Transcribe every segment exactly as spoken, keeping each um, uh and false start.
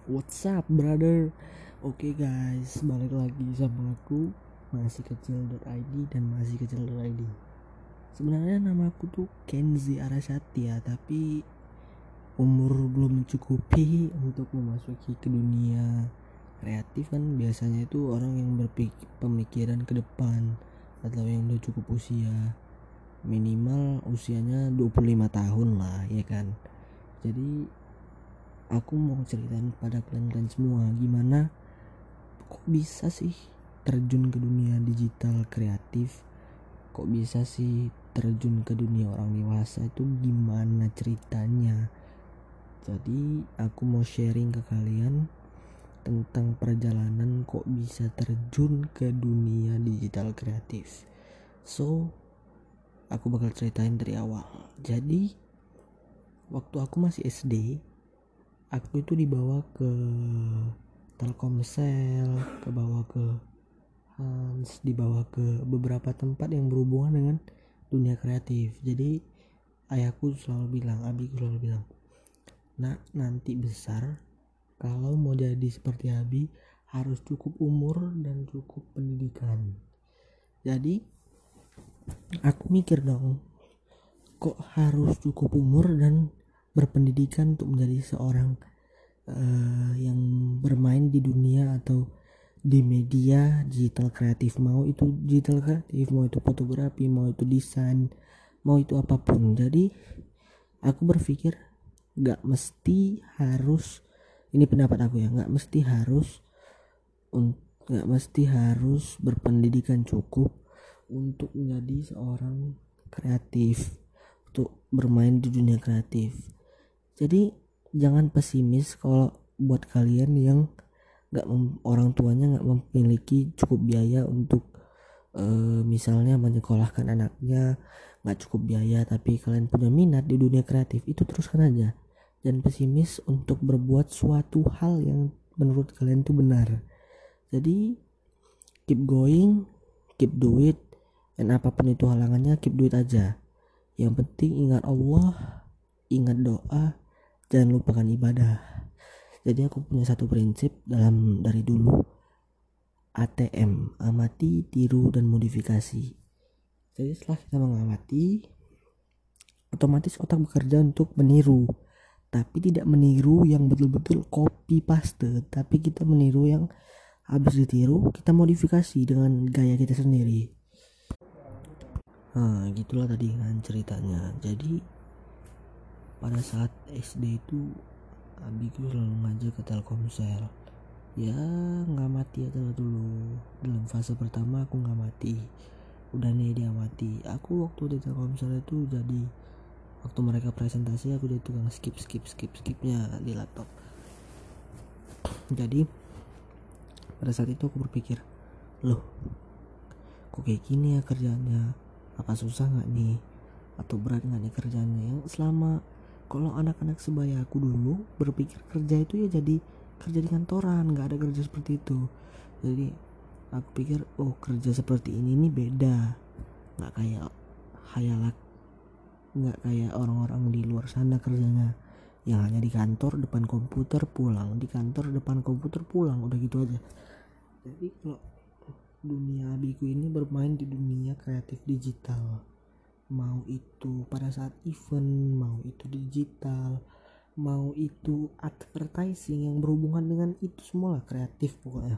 What's up brother? Oke guys, balik lagi sama aku masih kecil.id dan masih kecil.id. Sebenarnya nama aku tuh Kenzi Arasati ya, tapi umur belum mencukupi untuk memasuki ke dunia kreatif. Kan biasanya itu orang yang berpikir pemikiran ke depan atau yang udah cukup usia, minimal usianya dua puluh lima tahun lah ya kan. Jadi aku mau ceritain pada kalian-kalian semua gimana kok bisa sih terjun ke dunia digital kreatif, kok bisa sih terjun ke dunia orang dewasa, itu gimana ceritanya. Jadi aku mau sharing ke kalian tentang perjalanan kok bisa terjun ke dunia digital kreatif. So aku bakal ceritain dari awal. Jadi waktu aku masih S D, aku itu dibawa ke Telkomsel, ke bawah ke Hans, dibawa ke beberapa tempat yang berhubungan dengan dunia kreatif. Jadi ayahku selalu bilang, abiku selalu bilang, nak nanti besar kalau mau jadi seperti abi harus cukup umur dan cukup pendidikan. Jadi aku mikir dong, kok harus cukup umur dan berpendidikan untuk menjadi seorang uh, yang bermain di dunia atau di media digital kreatif, mau itu digital kreatif, mau itu fotografi, mau itu desain, mau itu apapun. Jadi aku berpikir gak mesti harus, ini pendapat aku ya, gak mesti harus gak mesti harus berpendidikan cukup untuk menjadi seorang kreatif, untuk bermain di dunia kreatif. Jadi jangan pesimis kalau buat kalian yang nggak mem- orang tuanya nggak memiliki cukup biaya untuk uh, misalnya menyekolahkan anaknya, nggak cukup biaya, tapi kalian punya minat di dunia kreatif, itu teruskan aja. Dan pesimis untuk berbuat suatu hal yang menurut kalian itu benar. Jadi keep going, keep do it, dan apapun itu halangannya, keep do it aja. Yang penting ingat Allah, ingat doa, jangan lupakan ibadah. Jadi aku punya satu prinsip dalam dari dulu, A T M, amati, tiru, dan modifikasi. Jadi setelah kita mengamati, otomatis otak bekerja untuk meniru, tapi tidak meniru yang betul-betul copy paste, tapi kita meniru yang habis ditiru kita modifikasi dengan gaya kita sendiri. Nah gitulah tadi kan ceritanya. Jadi pada saat S D itu abiku selalu ngajak ke Telkomsel, ya nggak mati aja dulu. Dalam fase pertama aku nggak mati, udah nih dia mati. Aku waktu di Telkomsel itu jadi, waktu mereka presentasi aku jadi tukang skip skip skip skipnya di laptop. Jadi pada saat itu aku berpikir, loh kok kayak gini ya kerjanya, apa susah nggak nih atau berat nggak nih kerjanya. Yang selama kalau anak-anak sebaya aku dulu berpikir kerja itu ya jadi kerja di kantoran, nggak ada kerja seperti itu. Jadi aku pikir oh kerja seperti ini nih beda, nggak kayak hayalat, nggak kayak orang-orang di luar sana kerjanya yang hanya di kantor depan komputer pulang, di kantor depan komputer pulang, udah gitu aja. Jadi kalau dunia abiku ini bermain di dunia kreatif digital, mau itu pada saat event, mau itu digital, mau itu advertising yang berhubungan dengan itu semua lah, kreatif pokoknya.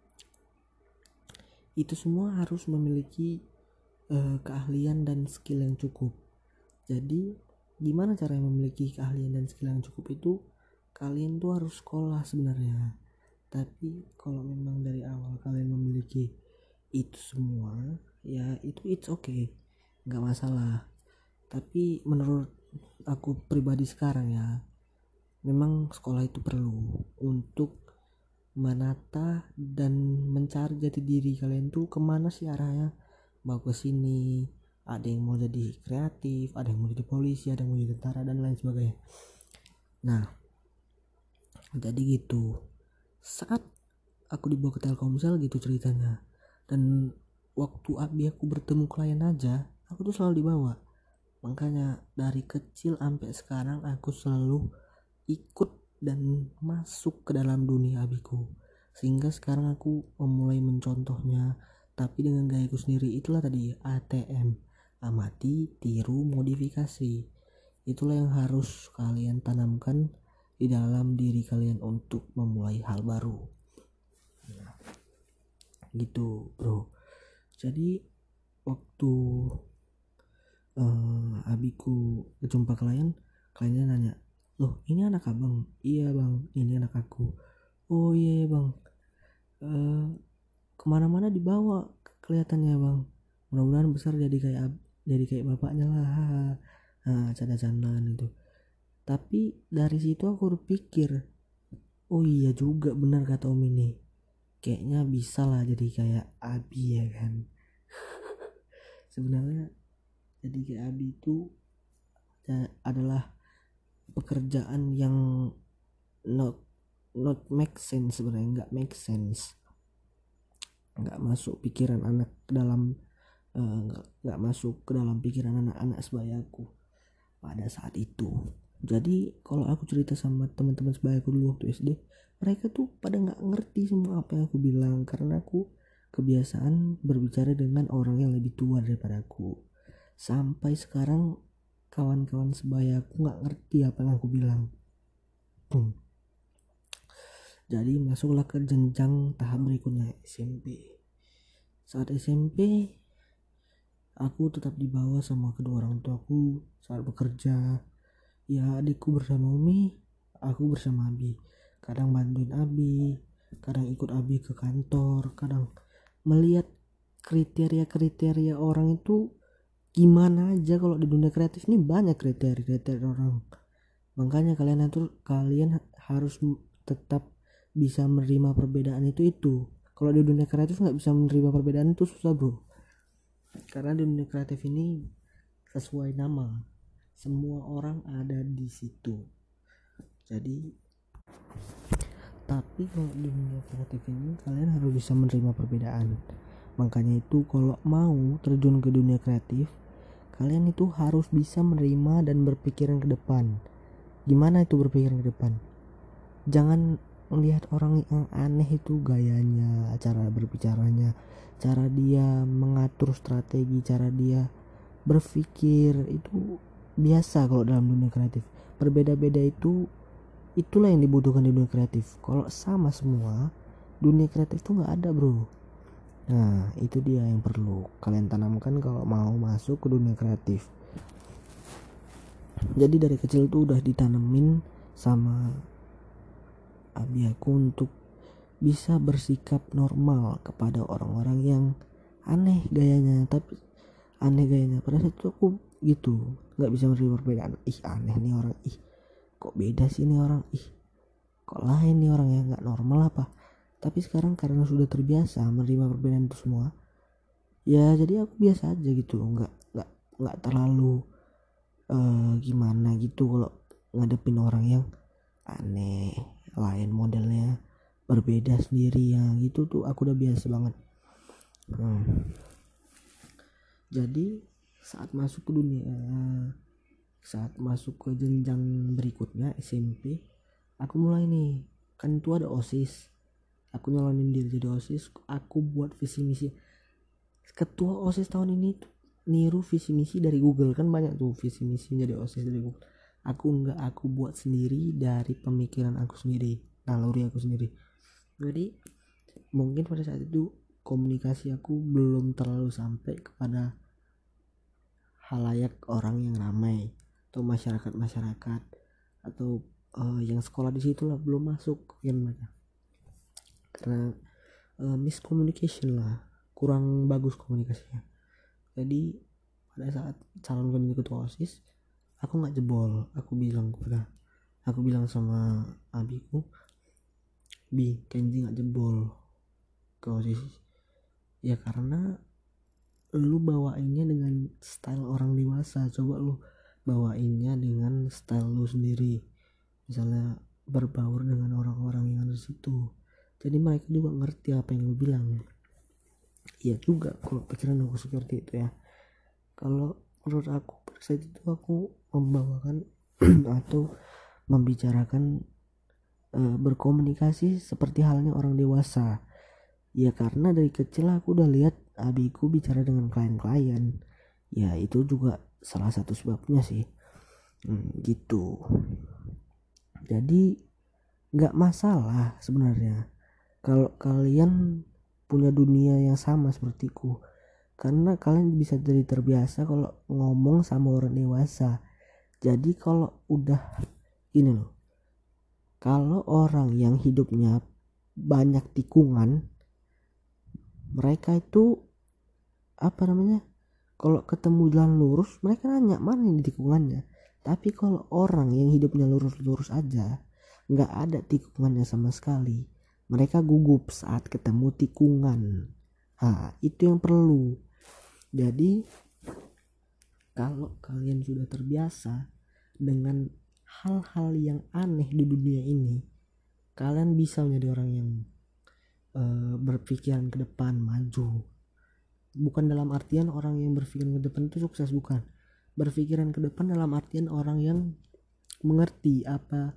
Itu semua harus memiliki uh, keahlian dan skill yang cukup. Jadi gimana cara memiliki keahlian dan skill yang cukup itu, kalian tuh harus sekolah sebenarnya. Tapi kalau memang dari awal kalian memiliki itu semua, ya itu it's okay, nggak masalah. Tapi menurut aku pribadi sekarang ya, memang sekolah itu perlu untuk menata dan mencari jati diri kalian tuh kemana sih arahnya, mau ke sini, ada yang mau jadi kreatif, ada yang mau jadi polisi, ada yang mau jadi tentara dan lain sebagainya. Nah jadi gitu, saat aku dibawa ke Telkomsel gitu ceritanya, dan waktu abi aku bertemu klien aja aku tuh selalu dibawa. Makanya dari kecil sampai sekarang aku selalu ikut dan masuk ke dalam dunia abiku, sehingga sekarang aku memulai mencontohnya tapi dengan gayaku sendiri. Itulah tadi A T M, amati, tiru, modifikasi. Itulah yang harus kalian tanamkan di dalam diri kalian untuk memulai hal baru. Nah, gitu bro. Jadi waktu uh, abiku berjumpa klien, kliennya nanya, loh ini anak abang? Iya bang, ini anak aku. Oh iya bang, uh, kemana-mana dibawa kelihatannya bang, mudah-mudahan besar jadi kayak jadi kayak bapaknya lah. Nah, canda-candaan itu. Tapi dari situ aku berpikir, oh iya juga benar kata om ini, kayaknya bisa lah jadi kayak Abi ya kan. Sebenarnya jadi kayak Abi itu adalah pekerjaan yang not not make sense, sebenarnya nggak make sense, nggak masuk pikiran anak dalam uh, nggak nggak masuk ke dalam pikiran anak-anak sebayaku pada saat itu. Jadi kalau aku cerita sama teman-teman sebayaku dulu waktu S D, mereka tuh pada nggak ngerti semua apa yang aku bilang karena aku kebiasaan berbicara dengan orang yang lebih tua daripada aku. Sampai sekarang kawan-kawan sebayaku nggak ngerti apa yang aku bilang. Hmm. Jadi masuklah ke jenjang tahap berikutnya, S M P. Saat S M P aku tetap dibawa sama kedua orang tuaku saat bekerja. Ya adikku bersama Umi, aku bersama Abi. Kadang bantuin Abi, kadang ikut Abi ke kantor, kadang melihat kriteria-kriteria orang itu gimana aja. Kalau di dunia kreatif ini banyak kriteria-kriteria orang. Makanya kalian atur, kalian harus tetap bisa menerima perbedaan itu itu. Kalau di dunia kreatif nggak bisa menerima perbedaan itu susah bro. Karena di dunia kreatif ini sesuai nama, semua orang ada di situ. Jadi tapi kalau di dunia kreatif ini kalian harus bisa menerima perbedaan. Makanya itu kalau mau terjun ke dunia kreatif, kalian itu harus bisa menerima dan berpikiran ke depan. Gimana itu berpikiran ke depan? Jangan melihat orang yang aneh itu gayanya, cara berbicaranya, cara dia mengatur strategi, cara dia berpikir itu biasa kalau dalam dunia kreatif. Berbeda-beda itu itulah yang dibutuhkan di dunia kreatif. Kalau sama semua, dunia kreatif tuh nggak ada bro. Nah itu dia yang perlu kalian tanamkan kalau mau masuk ke dunia kreatif. Jadi dari kecil tuh udah ditanemin sama abi aku untuk bisa bersikap normal kepada orang-orang yang aneh gayanya. Tapi aneh gayanya pada saat itu aku gitu, nggak bisa menerima perbedaan. Ih aneh nih orang, ih kok beda sih nih orang, ih kok lain nih orang, ya nggak normal apa. Tapi sekarang karena sudah terbiasa menerima perbedaan itu semua, ya jadi aku biasa aja gitu, nggak nggak nggak terlalu uh, gimana gitu kalau ngadepin orang yang aneh, lain modelnya, berbeda sendiri ya gitu tuh aku udah biasa banget. hmm. Jadi saat masuk ke dunia saat masuk ke jenjang berikutnya S M P, aku mulai nih, kan itu ada OSIS, aku nyalonin diri jadi OSIS. Aku buat visi misi, ketua OSIS tahun ini tuh niru visi misi dari Google, kan banyak tuh visi misi jadi OSIS dari Google. Aku enggak, aku buat sendiri dari pemikiran aku sendiri, naluri aku sendiri. Jadi mungkin pada saat itu komunikasi aku belum terlalu sampai kepada halayak orang yang ramai atau masyarakat-masyarakat atau uh, yang sekolah di situ lah, belum masuk yang mereka, karena uh, miscommunication lah, kurang bagus komunikasinya. Jadi pada saat calon menjadi ketua OSIS, aku nggak jebol. Aku bilang kepada aku bilang sama abiku, Bi, Kenji nggak jebol ke OSIS. Ya karena lu bawainnya dengan style orang dewasa, coba lu bawainnya dengan style lu sendiri, misalnya berbaur dengan orang-orang yang ada di situ, jadi mereka juga ngerti apa yang lu bilang. Iya juga kalau pikiran aku seperti itu ya. Kalau menurut aku pada saat itu aku membawakan atau membicarakan uh, berkomunikasi seperti halnya orang dewasa. Ya karena dari kecil aku udah lihat abiku bicara dengan klien-klien. Ya itu juga salah satu sebabnya sih. Hmm, gitu. Jadi nggak masalah sebenarnya kalau kalian punya dunia yang sama sepertiku, karena kalian bisa jadi terbiasa kalau ngomong sama orang dewasa. Jadi kalau udah gini loh, kalau orang yang hidupnya banyak tikungan, mereka itu apa namanya, kalau ketemu jalan lurus mereka nanya mana ini tikungannya. Tapi kalau orang yang hidupnya lurus-lurus aja, nggak ada tikungannya sama sekali, mereka gugup saat ketemu tikungan. Nah, itu yang perlu. Jadi kalau kalian sudah terbiasa dengan hal-hal yang aneh di dunia ini, kalian bisa menjadi orang yang uh, berpikiran ke depan, maju. Bukan dalam artian orang yang berpikiran ke depan itu sukses, bukan. Berpikiran ke depan dalam artian orang yang mengerti apa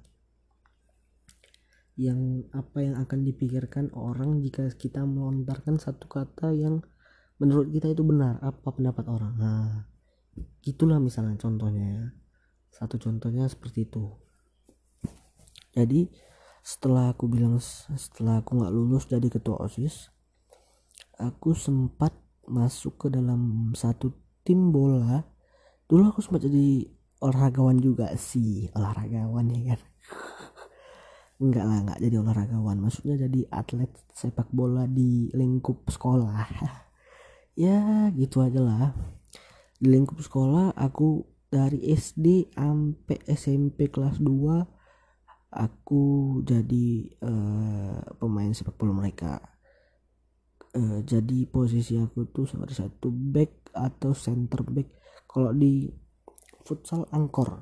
yang apa yang akan dipikirkan orang jika kita melontarkan satu kata yang menurut kita itu benar, apa pendapat orang. Nah, gitulah misalnya contohnya ya. Satu contohnya seperti itu. Jadi setelah aku bilang setelah aku nggak lulus jadi ketua OSIS, aku sempat masuk ke dalam satu tim bola. Dulu aku sempat jadi olahragawan juga sih, olahragawan ya kan. Enggak lah, enggak jadi olahragawan, maksudnya jadi atlet sepak bola di lingkup sekolah. Ya gitu aja lah. Di lingkup sekolah aku dari S D sampai S M P kelas dua aku jadi uh, pemain sepak bola mereka. Uh, jadi posisi aku tuh salah satu back atau center back. Kalau di futsal angkor.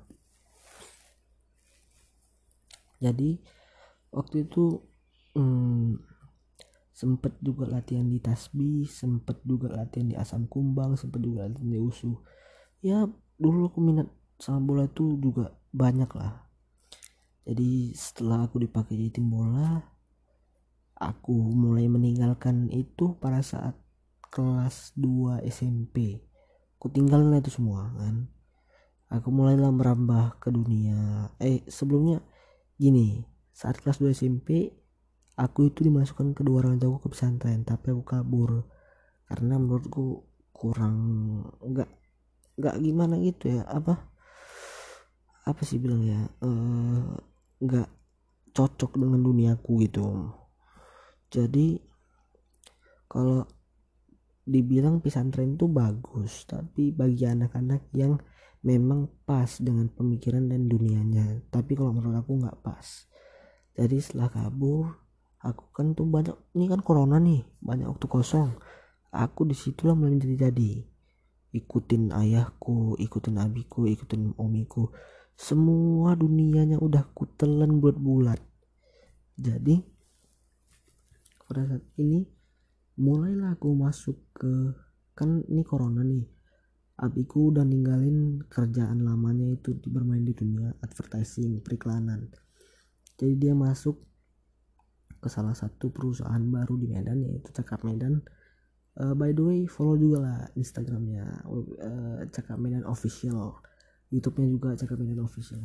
Jadi waktu itu hmm, sempet juga latihan di Tasbih, sempet juga latihan di Asam Kumbang, sempet juga latihan di U S U. Ya dulu aku minat sama bola itu juga banyak lah. Jadi setelah aku dipakai di tim bola, aku mulai meninggalkan itu pada saat kelas dua S M P. Aku tinggalin itu semua kan. Aku mulailah merambah ke dunia. Eh sebelumnya gini, saat kelas dua S M P aku itu dimasukkan kedua orang tuaku ke pesantren, tapi aku kabur karena menurutku kurang enggak enggak gimana gitu ya, apa apa sih bilang ya, uh, enggak cocok dengan duniaku gitu. Jadi kalau dibilang pesantren itu bagus, tapi bagi anak-anak yang memang pas dengan pemikiran dan dunianya. Tapi kalau menurut aku nggak pas. Jadi setelah kabur, aku kan tuh banyak, ini kan corona nih, banyak waktu kosong. Aku disitulah mulai menjadi-jadi, ikutin ayahku, ikutin abiku, ikutin omiku. Semua dunianya udah kutelan bulat-bulat. Jadi pada saat ini mulailah aku masuk ke, kan ini corona nih, abiku udah ninggalin kerjaan lamanya itu bermain di dunia advertising, periklanan. Jadi dia masuk ke salah satu perusahaan baru di Medan, yaitu Cakap Medan. Uh, by the way follow juga lah Instagramnya, uh, Cakap Medan Official, YouTube-nya juga Cakap Medan Official.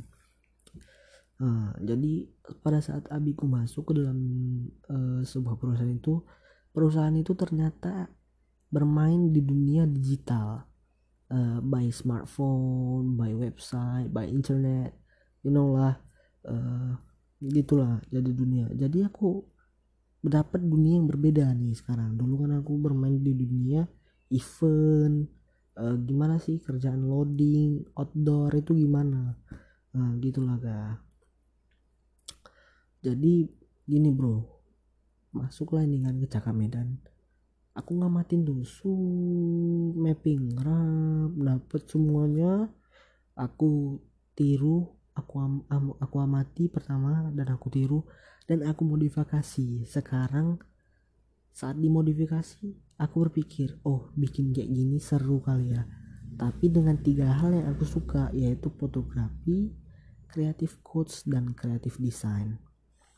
Uh, jadi pada saat abiku masuk ke dalam uh, sebuah perusahaan itu, perusahaan itu ternyata bermain di dunia digital, uh, by smartphone, by website, by internet, you know lah, uh, gitulah jadi dunia. Jadi aku mendapat dunia yang berbeda nih sekarang. Dulu kan aku bermain di dunia event, uh, gimana sih kerjaan loading, outdoor itu gimana, nah gitulah kak. Jadi gini bro, masuklah ini kan ke Cakap Medan. Aku ngamatin tuh su mapping rap, dapet semuanya, aku tiru, aku am, am, aku amati pertama dan aku tiru dan aku modifikasi. Sekarang saat dimodifikasi aku berpikir, oh bikin kayak gini seru kali ya, tapi dengan tiga hal yang aku suka, yaitu fotografi, creative coach, dan creative design.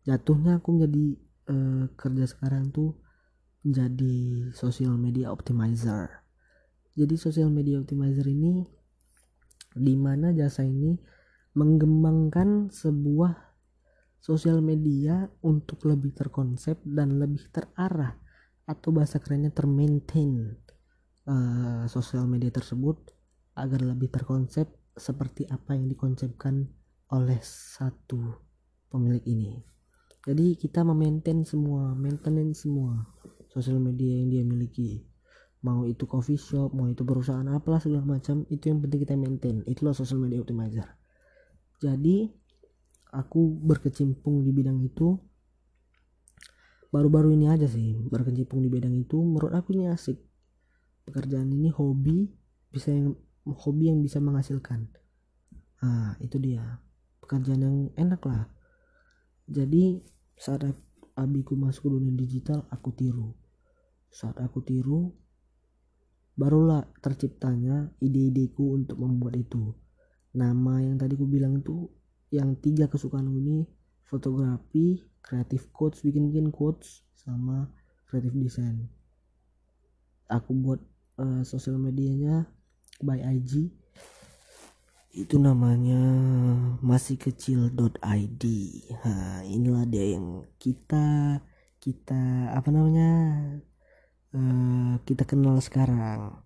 jatuhnya aku jadi uh, kerja sekarang tuh menjadi social media optimizer. Jadi social media optimizer ini dimana jasa ini mengembangkan sebuah sosial media untuk lebih terkonsep dan lebih terarah, atau bahasa kerennya termaintain uh, sosial media tersebut agar lebih terkonsep seperti apa yang dikonsepkan oleh satu pemilik ini. Jadi kita memaintain semua, maintenance semua sosial media yang dia miliki. Mau itu coffee shop, mau itu perusahaan apalah segala macam, itu yang penting kita maintain. Itulah social media optimizer. Jadi aku berkecimpung di bidang itu baru-baru ini aja sih. Berkecimpung di bidang itu menurut aku ini asik. Pekerjaan ini hobi, bisa yang hobi yang bisa menghasilkan. Nah, itu dia. Pekerjaan yang enak lah. Jadi saat abiku masuk ke dunia digital, aku tiru. Saat aku tiru, barulah terciptanya ide-ideku untuk membuat itu. Nama yang tadi aku bilang itu, yang tiga kesukaan ini, fotografi, creative quotes, bikin-bikin quotes, sama creative design. Aku buat uh, sosial medianya by I G, itu namanya masih kecil dot I D. Nah, inilah dia yang kita kita apa namanya uh, kita kenal sekarang,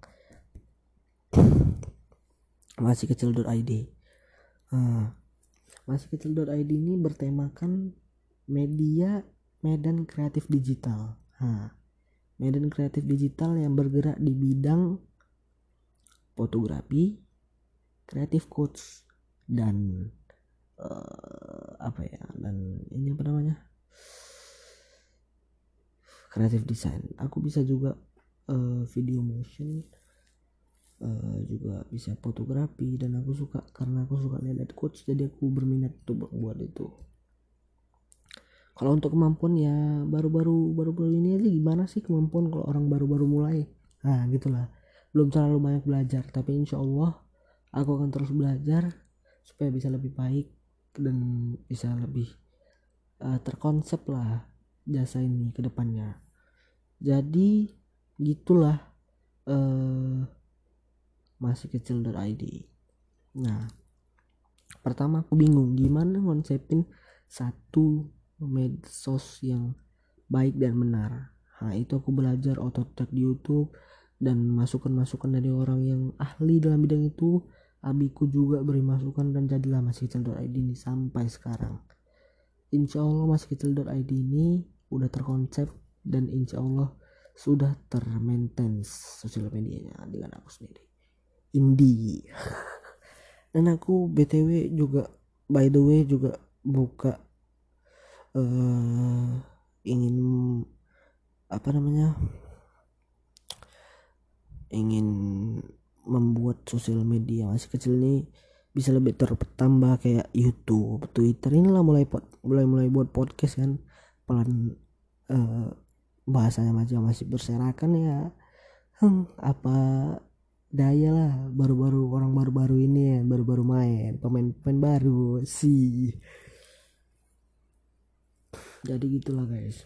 masih kecil dot I D. Nah, masih kecil dot I D ini bertemakan media medan kreatif digital. Nah, medan kreatif digital yang bergerak di bidang fotografi, creative quotes, dan uh, apa ya dan ini apa namanya creative design. Aku bisa juga uh, video motion, uh, juga bisa fotografi, dan aku suka karena aku suka lihat quotes, jadi aku berminat untuk buat itu. Kalau untuk kemampuan ya baru-baru baru-baru ini aja gimana sih kemampuan kalau orang baru-baru mulai. Nah gitulah, belum terlalu banyak belajar, tapi insya Allah aku akan terus belajar supaya bisa lebih baik dan bisa lebih uh, terkonsep lah jasa ini ke depannya. Jadi gitulah uh, masih kecil dot I D. Nah, pertama aku bingung gimana konsepin satu medsos yang baik dan benar. Nah, itu aku belajar otodidak di YouTube dan masukan-masukan dari orang yang ahli dalam bidang itu. Abiku juga beri masukan dan jadilah masih kecil dot I D ini sampai sekarang. Insya Allah masih kecil dot I D ini udah terkonsep dan insya Allah sudah termaintain sosial medianya dengan aku sendiri. Indie. Dan aku B T W juga by the way juga buka uh, ingin apa namanya ingin membuat sosial media masih kecil ini bisa lebih tertambah kayak YouTube, Twitter. Inilah mulai mulai mulai buat podcast kan, pelan uh, bahasanya masih masih berserakan ya. Hmm, apa daya lah, baru-baru orang baru-baru ini ya, baru-baru main pemain-pemain baru sih. Jadi gitulah guys.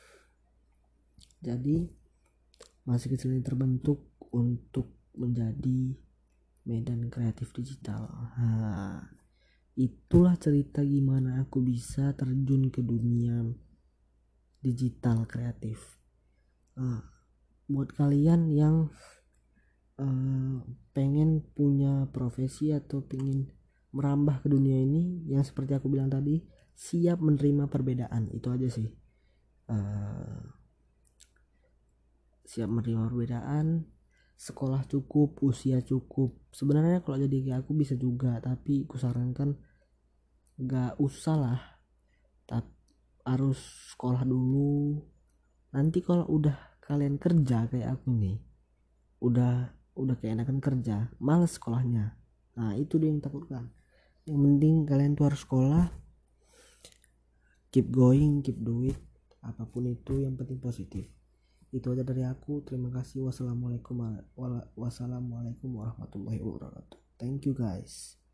Jadi masih kecil ini terbentuk untuk menjadi medan kreatif digital. Nah, itulah cerita gimana aku bisa terjun ke dunia digital kreatif. Nah, buat kalian yang uh, pengen punya profesi atau pengen merambah ke dunia ini, yang seperti aku bilang tadi, siap menerima perbedaan. Itu aja sih. Uh, siap menerima perbedaan. Sekolah cukup, usia cukup. Sebenarnya kalau jadi kayak aku bisa juga, tapi kusarankan gak usah lah. Tapi harus sekolah dulu. Nanti kalau udah kalian kerja kayak aku nih, udah udah keenakan kerja, males sekolahnya. Nah itu dia yang takutkan. Yang penting kalian tuh harus sekolah, keep going, keep do it, apapun itu yang penting positif. Itu aja dari aku. Terima kasih. Wassalamualaikum wassalamualaikum warahmatullahi wabarakatuh. Thank you guys.